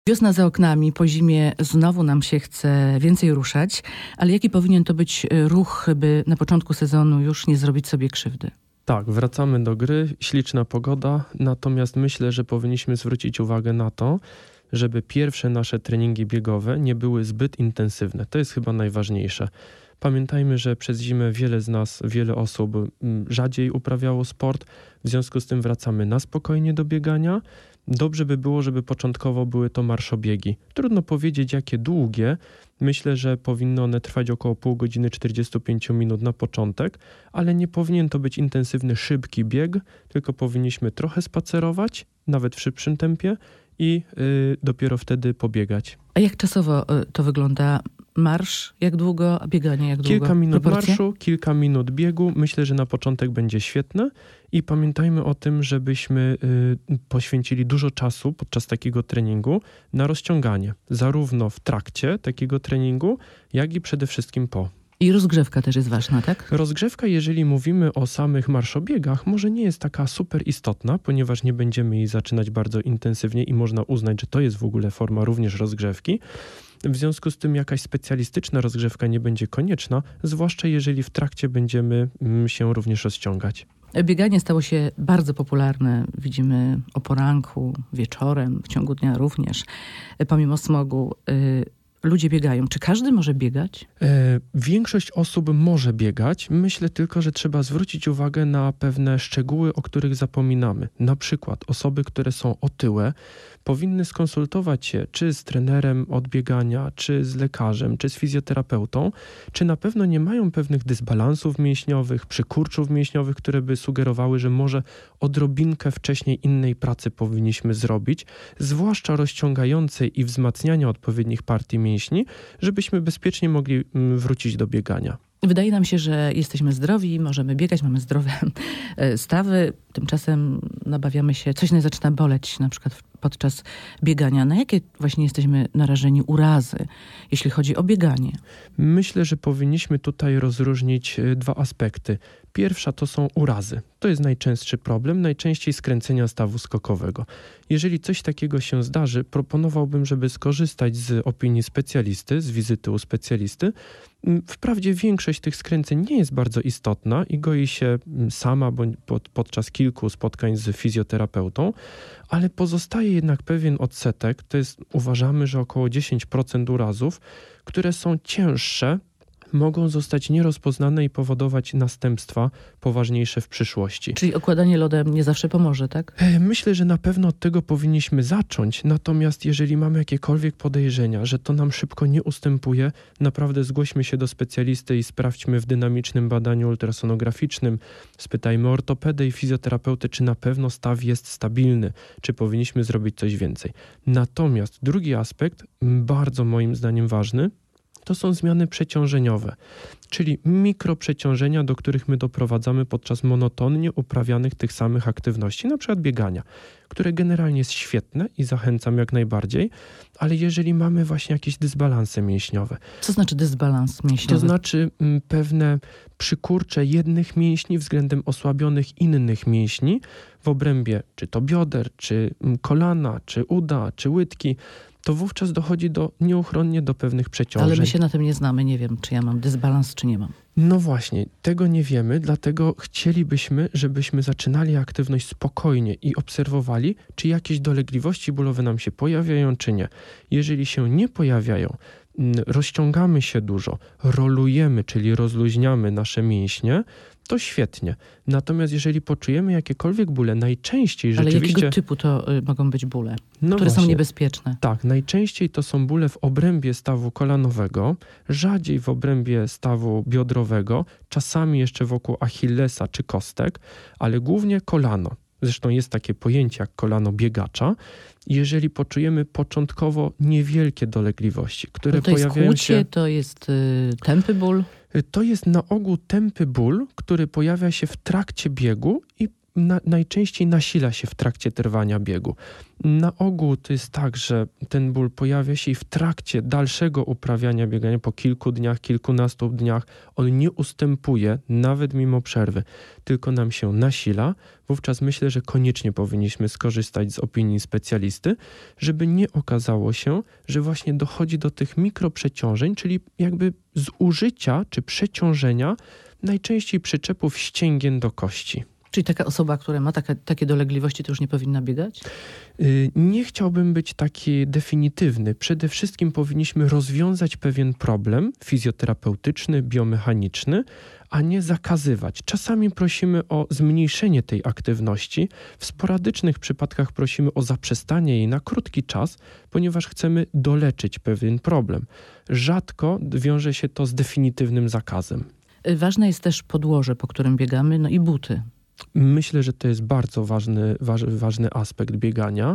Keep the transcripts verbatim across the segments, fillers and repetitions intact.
Wiosna za oknami, po zimie znowu nam się chce więcej ruszać, ale jaki powinien to być ruch, by na początku sezonu już nie zrobić sobie krzywdy? Tak, wracamy do gry, śliczna pogoda, natomiast myślę, że powinniśmy zwrócić uwagę na to, żeby pierwsze nasze treningi biegowe nie były zbyt intensywne. To jest chyba najważniejsze. Pamiętajmy, że przez zimę wiele z nas, wiele osób rzadziej uprawiało sport, w związku z tym wracamy na spokojnie do biegania. Dobrze by było, żeby początkowo były to marszobiegi. Trudno powiedzieć, jakie długie. Myślę, że powinny one trwać około pół godziny, czterdzieści pięć minut na początek, ale nie powinien to być intensywny, szybki bieg, tylko powinniśmy trochę spacerować, nawet w szybszym tempie i yy, dopiero wtedy pobiegać. A jak czasowo y, to wygląda? Marsz jak długo, a bieganie jak długo? Kilka minut Proporcje? marszu, kilka minut biegu. Myślę, że na początek będzie świetne i pamiętajmy o tym, żebyśmy y, poświęcili dużo czasu podczas takiego treningu na rozciąganie. Zarówno w trakcie takiego treningu, jak i przede wszystkim po. I rozgrzewka też jest ważna, tak? Rozgrzewka, jeżeli mówimy o samych marszobiegach, może nie jest taka super istotna, ponieważ nie będziemy jej zaczynać bardzo intensywnie i można uznać, że to jest w ogóle forma również rozgrzewki. W związku z tym jakaś specjalistyczna rozgrzewka nie będzie konieczna, zwłaszcza jeżeli w trakcie będziemy się również rozciągać. Bieganie stało się bardzo popularne. Widzimy o poranku, wieczorem, w ciągu dnia również. Pomimo smogu y- ludzie biegają. Czy każdy może biegać? E, większość osób może biegać. Myślę tylko, że trzeba zwrócić uwagę na pewne szczegóły, o których zapominamy. Na przykład osoby, które są otyłe, powinny skonsultować się czy z trenerem od biegania, czy z lekarzem, czy z fizjoterapeutą, czy na pewno nie mają pewnych dysbalansów mięśniowych, przykurczów mięśniowych, które by sugerowały, że może odrobinkę wcześniej innej pracy powinniśmy zrobić, zwłaszcza rozciągającej i wzmacniania odpowiednich partii mięśni, żebyśmy bezpiecznie mogli wrócić do biegania. Wydaje nam się, że jesteśmy zdrowi, możemy biegać, mamy zdrowe stawy. Tymczasem nabawiamy się, coś nas zaczyna boleć, na przykład podczas biegania. Na jakie właśnie jesteśmy narażeni urazy, jeśli chodzi o bieganie? Myślę, że powinniśmy tutaj rozróżnić dwa aspekty. Pierwsza to są urazy. To jest najczęstszy problem, najczęściej skręcenia stawu skokowego. Jeżeli coś takiego się zdarzy, proponowałbym, żeby skorzystać z opinii specjalisty, z wizyty u specjalisty. Wprawdzie większość tych skręceń nie jest bardzo istotna i goi się sama bądź pod, podczas kilku spotkań z fizjoterapeutą, ale pozostaje jednak pewien odsetek, to jest, uważamy, że około dziesięć procent urazów, które są cięższe, mogą zostać nierozpoznane i powodować następstwa poważniejsze w przyszłości. Czyli okładanie lodem nie zawsze pomoże, tak? Myślę, że na pewno od tego powinniśmy zacząć, natomiast jeżeli mamy jakiekolwiek podejrzenia, że to nam szybko nie ustępuje, naprawdę zgłośmy się do specjalisty i sprawdźmy w dynamicznym badaniu ultrasonograficznym, spytajmy ortopedy i fizjoterapeuty, czy na pewno staw jest stabilny, czy powinniśmy zrobić coś więcej. Natomiast drugi aspekt, bardzo moim zdaniem ważny, to są zmiany przeciążeniowe, czyli mikroprzeciążenia, do których my doprowadzamy podczas monotonnie uprawianych tych samych aktywności, na przykład biegania, które generalnie jest świetne i zachęcam jak najbardziej, ale jeżeli mamy właśnie jakieś dysbalanse mięśniowe. Co znaczy dysbalans mięśniowy? To znaczy m, pewne przykurcze jednych mięśni względem osłabionych innych mięśni w obrębie czy to bioder, czy m, kolana, czy uda, czy łydki, to wówczas dochodzi do nieuchronnie do pewnych przeciążeń. Ale my się na tym nie znamy, nie wiem, czy ja mam dysbalans, czy nie mam. No właśnie, tego nie wiemy, dlatego chcielibyśmy, żebyśmy zaczynali aktywność spokojnie i obserwowali, czy jakieś dolegliwości bólowe nam się pojawiają, czy nie. Jeżeli się nie pojawiają, rozciągamy się dużo, rolujemy, czyli rozluźniamy nasze mięśnie, to świetnie. Natomiast jeżeli poczujemy jakiekolwiek bóle, najczęściej Ale rzeczywiście... jakiego typu to y, mogą być bóle, no które właśnie, są niebezpieczne? Tak, najczęściej to są bóle w obrębie stawu kolanowego, rzadziej w obrębie stawu biodrowego, czasami jeszcze wokół achillesa czy kostek, ale głównie kolano. Zresztą jest takie pojęcie jak kolano biegacza. Jeżeli poczujemy początkowo niewielkie dolegliwości, które no to jest pojawiają kłucie, się... to jest y, tępy ból? To jest na ogół tępy ból, który pojawia się w trakcie biegu i na, najczęściej nasila się w trakcie trwania biegu. Na ogół to jest tak, że ten ból pojawia się i w trakcie dalszego uprawiania biegania po kilku dniach, kilkunastu dniach on nie ustępuje, nawet mimo przerwy, tylko nam się nasila. Wówczas myślę, że koniecznie powinniśmy skorzystać z opinii specjalisty, żeby nie okazało się, że właśnie dochodzi do tych mikroprzeciążeń, czyli jakby zużycia czy przeciążenia najczęściej przyczepów ścięgien do kości. Czyli taka osoba, która ma taka, takie dolegliwości, to już nie powinna biegać? Nie chciałbym być taki definitywny. Przede wszystkim powinniśmy rozwiązać pewien problem fizjoterapeutyczny, biomechaniczny, a nie zakazywać. Czasami prosimy o zmniejszenie tej aktywności. W sporadycznych przypadkach prosimy o zaprzestanie jej na krótki czas, ponieważ chcemy doleczyć pewien problem. Rzadko wiąże się to z definitywnym zakazem. Ważne jest też podłoże, po którym biegamy, no i buty. Myślę, że to jest bardzo ważny, waż, ważny aspekt biegania.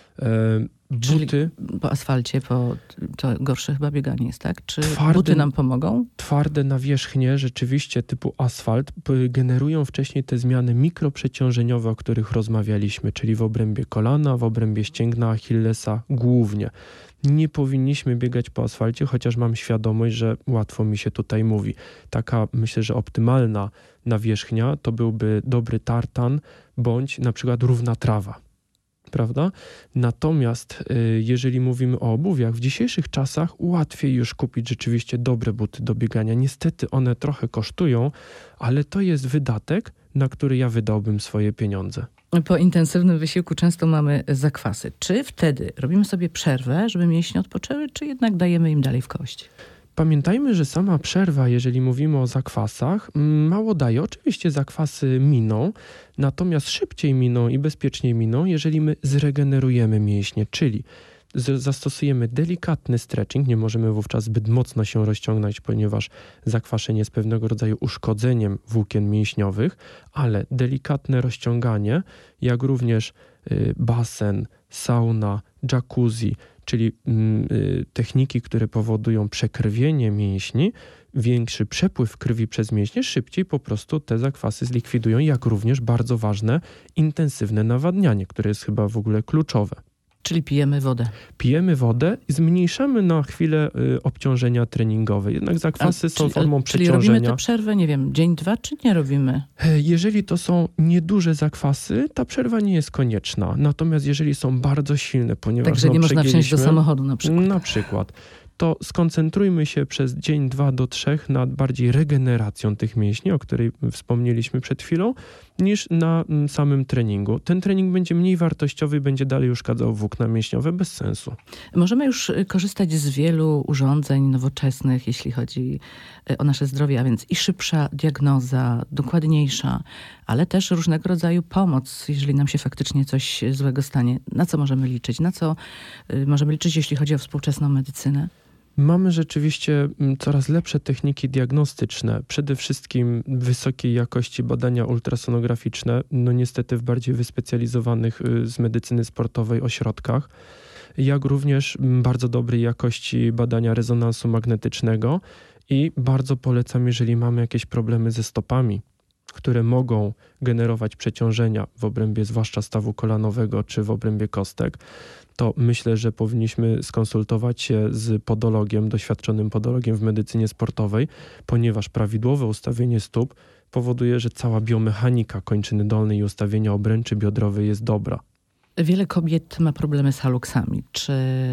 E, buty... Czyli po asfalcie po, to gorsze chyba bieganie jest, tak? Czy twarde, buty nam pomogą? Twarde nawierzchnie, rzeczywiście typu asfalt, generują wcześniej te zmiany mikroprzeciążeniowe, o których rozmawialiśmy, czyli w obrębie kolana, w obrębie ścięgna Achillesa głównie. Nie powinniśmy biegać po asfalcie, chociaż mam świadomość, że łatwo mi się tutaj mówi. Taka, myślę, że optymalna nawierzchnia to byłby dobry tartan bądź na przykład równa trawa, prawda? Natomiast y, jeżeli mówimy o obuwiach, w dzisiejszych czasach łatwiej już kupić rzeczywiście dobre buty do biegania. Niestety one trochę kosztują, ale to jest wydatek, na który ja wydałbym swoje pieniądze. Po intensywnym wysiłku często mamy zakwasy. Czy wtedy robimy sobie przerwę, żeby mięśnie odpoczęły, czy jednak dajemy im dalej w kość? Pamiętajmy, że sama przerwa, jeżeli mówimy o zakwasach, mało daje. Oczywiście zakwasy miną, natomiast szybciej miną i bezpieczniej miną, jeżeli my zregenerujemy mięśnie, czyli z- zastosujemy delikatny stretching. Nie możemy wówczas zbyt mocno się rozciągnąć, ponieważ zakwaszenie jest pewnego rodzaju uszkodzeniem włókien mięśniowych, ale delikatne rozciąganie, jak również y, basen, sauna, jacuzzi, czyli y, techniki, które powodują przekrwienie mięśni, większy przepływ krwi przez mięśnie, szybciej po prostu te zakwasy zlikwidują, jak również bardzo ważne intensywne nawadnianie, które jest chyba w ogóle kluczowe. Czyli pijemy wodę. Pijemy wodę i zmniejszamy na chwilę y, obciążenia treningowe. Jednak zakwasy A, są czyli, formą Czyli przeciążenia. robimy tę przerwę, nie wiem, dzień, dwa, czy nie robimy? Jeżeli to są nieduże zakwasy, ta przerwa nie jest konieczna. Natomiast jeżeli są bardzo silne, ponieważ Także no, nie można wsiąść do samochodu na przykład. Na przykład. To skoncentrujmy się przez dzień, dwa do trzech nad bardziej regeneracją tych mięśni, o której wspomnieliśmy przed chwilą, niż na samym treningu. Ten trening będzie mniej wartościowy i będzie dalej uszkadzał włókna mięśniowe bez sensu. Możemy już korzystać z wielu urządzeń nowoczesnych, jeśli chodzi o nasze zdrowie, a więc i szybsza diagnoza, dokładniejsza, ale też różnego rodzaju pomoc, jeżeli nam się faktycznie coś złego stanie. Na co możemy liczyć? Na co możemy liczyć, jeśli chodzi o współczesną medycynę? Mamy rzeczywiście coraz lepsze techniki diagnostyczne, przede wszystkim wysokiej jakości badania ultrasonograficzne, no niestety w bardziej wyspecjalizowanych z medycyny sportowej ośrodkach, jak również bardzo dobrej jakości badania rezonansu magnetycznego i bardzo polecam, jeżeli mamy jakieś problemy ze stopami, które mogą generować przeciążenia w obrębie zwłaszcza stawu kolanowego czy w obrębie kostek, to myślę, że powinniśmy skonsultować się z podologiem, doświadczonym podologiem w medycynie sportowej, ponieważ prawidłowe ustawienie stóp powoduje, że cała biomechanika kończyny dolnej i ustawienia obręczy biodrowej jest dobra. Wiele kobiet ma problemy z haluksami. Czy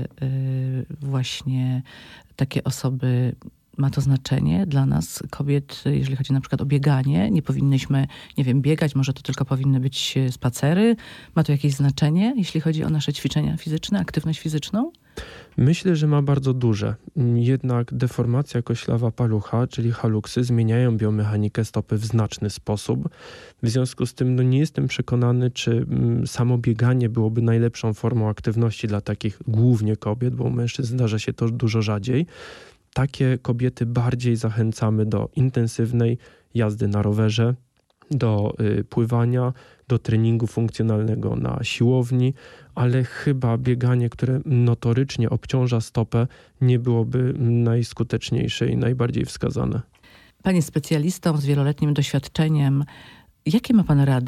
yy, właśnie takie osoby, ma to znaczenie dla nas, kobiet, jeżeli chodzi na przykład o bieganie? Nie powinnyśmy, nie wiem, biegać, może to tylko powinny być spacery. Ma to jakieś znaczenie, jeśli chodzi o nasze ćwiczenia fizyczne, aktywność fizyczną? Myślę, że ma bardzo duże. Jednak deformacja koślawa palucha, czyli haluksy, zmieniają biomechanikę stopy w znaczny sposób. W związku z tym no, nie jestem przekonany, czy samo bieganie byłoby najlepszą formą aktywności dla takich głównie kobiet, bo u mężczyzn zdarza się to dużo rzadziej. Takie kobiety bardziej zachęcamy do intensywnej jazdy na rowerze, do y, pływania, do treningu funkcjonalnego na siłowni, ale chyba bieganie, które notorycznie obciąża stopę, nie byłoby najskuteczniejsze i najbardziej wskazane. Pan jest specjalistą z wieloletnim doświadczeniem. Jakie ma pan rady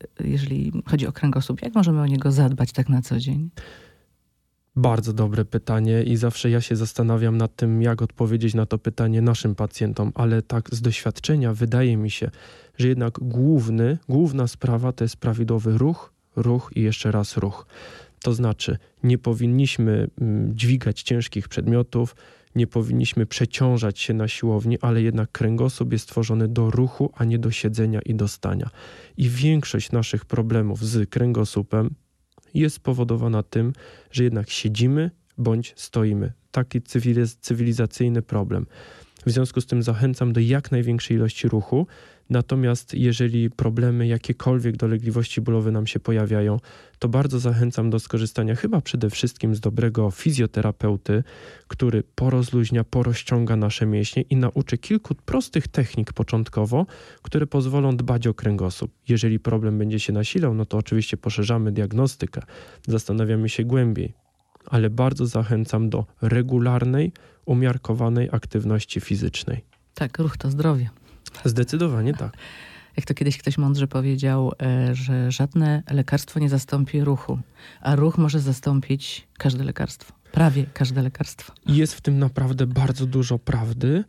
jeżeli chodzi o kręgosłup? Jak możemy o niego zadbać tak na co dzień? Bardzo dobre pytanie i zawsze ja się zastanawiam nad tym, jak odpowiedzieć na to pytanie naszym pacjentom, ale tak z doświadczenia wydaje mi się, że jednak główny, główna sprawa to jest prawidłowy ruch, ruch i jeszcze raz ruch. To znaczy nie powinniśmy dźwigać ciężkich przedmiotów, nie powinniśmy przeciążać się na siłowni, ale jednak kręgosłup jest stworzony do ruchu, a nie do siedzenia i do stania. I większość naszych problemów z kręgosłupem jest spowodowana tym, że jednak siedzimy bądź stoimy. Taki cywiliz- cywilizacyjny problem. W związku z tym zachęcam do jak największej ilości ruchu. Natomiast jeżeli problemy, jakiekolwiek dolegliwości bólowe nam się pojawiają, to bardzo zachęcam do skorzystania chyba przede wszystkim z dobrego fizjoterapeuty, który porozluźnia, porozciąga nasze mięśnie i nauczy kilku prostych technik początkowo, które pozwolą dbać o kręgosłup. Jeżeli problem będzie się nasilał, no to oczywiście poszerzamy diagnostykę, zastanawiamy się głębiej, ale bardzo zachęcam do regularnej, umiarkowanej aktywności fizycznej. Tak, ruch to zdrowie. Zdecydowanie tak. Jak to kiedyś ktoś mądrze powiedział, że żadne lekarstwo nie zastąpi ruchu, a ruch może zastąpić każde lekarstwo. Prawie każde lekarstwo. Jest w tym naprawdę bardzo dużo prawdy.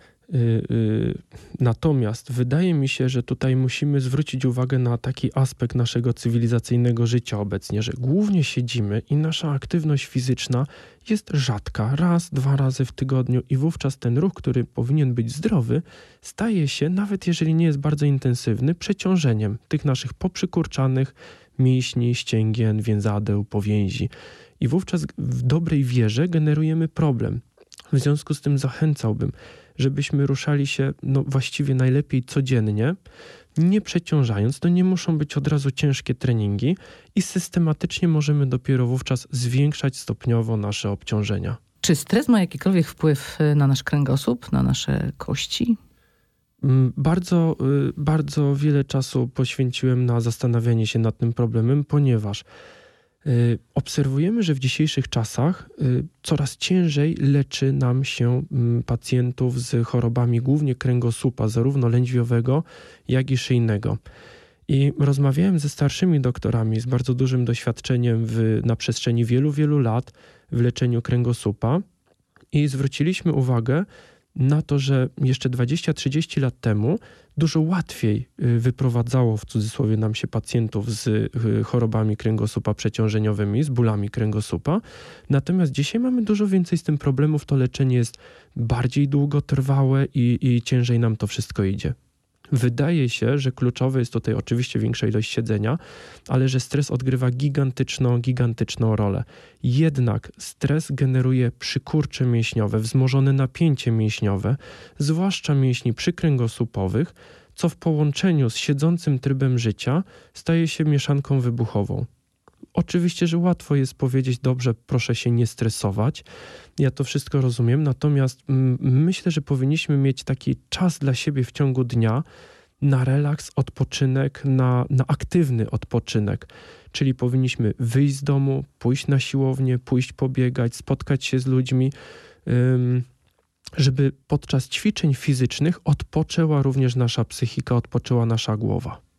Natomiast wydaje mi się, że tutaj musimy zwrócić uwagę na taki aspekt naszego cywilizacyjnego życia obecnie, że głównie siedzimy i nasza aktywność fizyczna jest rzadka, raz, dwa razy w tygodniu i wówczas ten ruch, który powinien być zdrowy, staje się, nawet jeżeli nie jest bardzo intensywny, przeciążeniem tych naszych poprzykurczanych mięśni, ścięgien, więzadeł, powięzi. I wówczas w dobrej wierze generujemy problem. W związku z tym zachęcałbym, żebyśmy ruszali się no, właściwie najlepiej codziennie, nie przeciążając. To nie muszą być od razu ciężkie treningi i systematycznie możemy dopiero wówczas zwiększać stopniowo nasze obciążenia. Czy stres ma jakikolwiek wpływ na nasz kręgosłup, na nasze kości? Bardzo, bardzo wiele czasu poświęciłem na zastanawianie się nad tym problemem, ponieważ obserwujemy, że w dzisiejszych czasach coraz ciężej leczy nam się pacjentów z chorobami głównie kręgosłupa, zarówno lędźwiowego, jak i szyjnego. I rozmawiałem ze starszymi doktorami z bardzo dużym doświadczeniem w, na przestrzeni wielu, wielu lat w leczeniu kręgosłupa i zwróciliśmy uwagę na to, że jeszcze dwadzieścia trzydzieści lat temu dużo łatwiej wyprowadzało w cudzysłowie nam się pacjentów z chorobami kręgosłupa przeciążeniowymi, z bólami kręgosłupa. Natomiast dzisiaj mamy dużo więcej z tym problemów. To leczenie jest bardziej długotrwałe i, i ciężej nam to wszystko idzie. Wydaje się, że kluczowe jest tutaj oczywiście większa ilość siedzenia, ale że stres odgrywa gigantyczną, gigantyczną rolę. Jednak stres generuje przykurcze mięśniowe, wzmożone napięcie mięśniowe, zwłaszcza mięśni przykręgosłupowych, co w połączeniu z siedzącym trybem życia staje się mieszanką wybuchową. Oczywiście, że łatwo jest powiedzieć, dobrze, proszę się nie stresować. Ja to wszystko rozumiem, natomiast m- myślę, że powinniśmy mieć taki czas dla siebie w ciągu dnia na relaks, odpoczynek, na, na aktywny odpoczynek. Czyli powinniśmy wyjść z domu, pójść na siłownię, pójść pobiegać, spotkać się z ludźmi, ym, żeby podczas ćwiczeń fizycznych odpoczęła również nasza psychika, odpoczęła nasza głowa.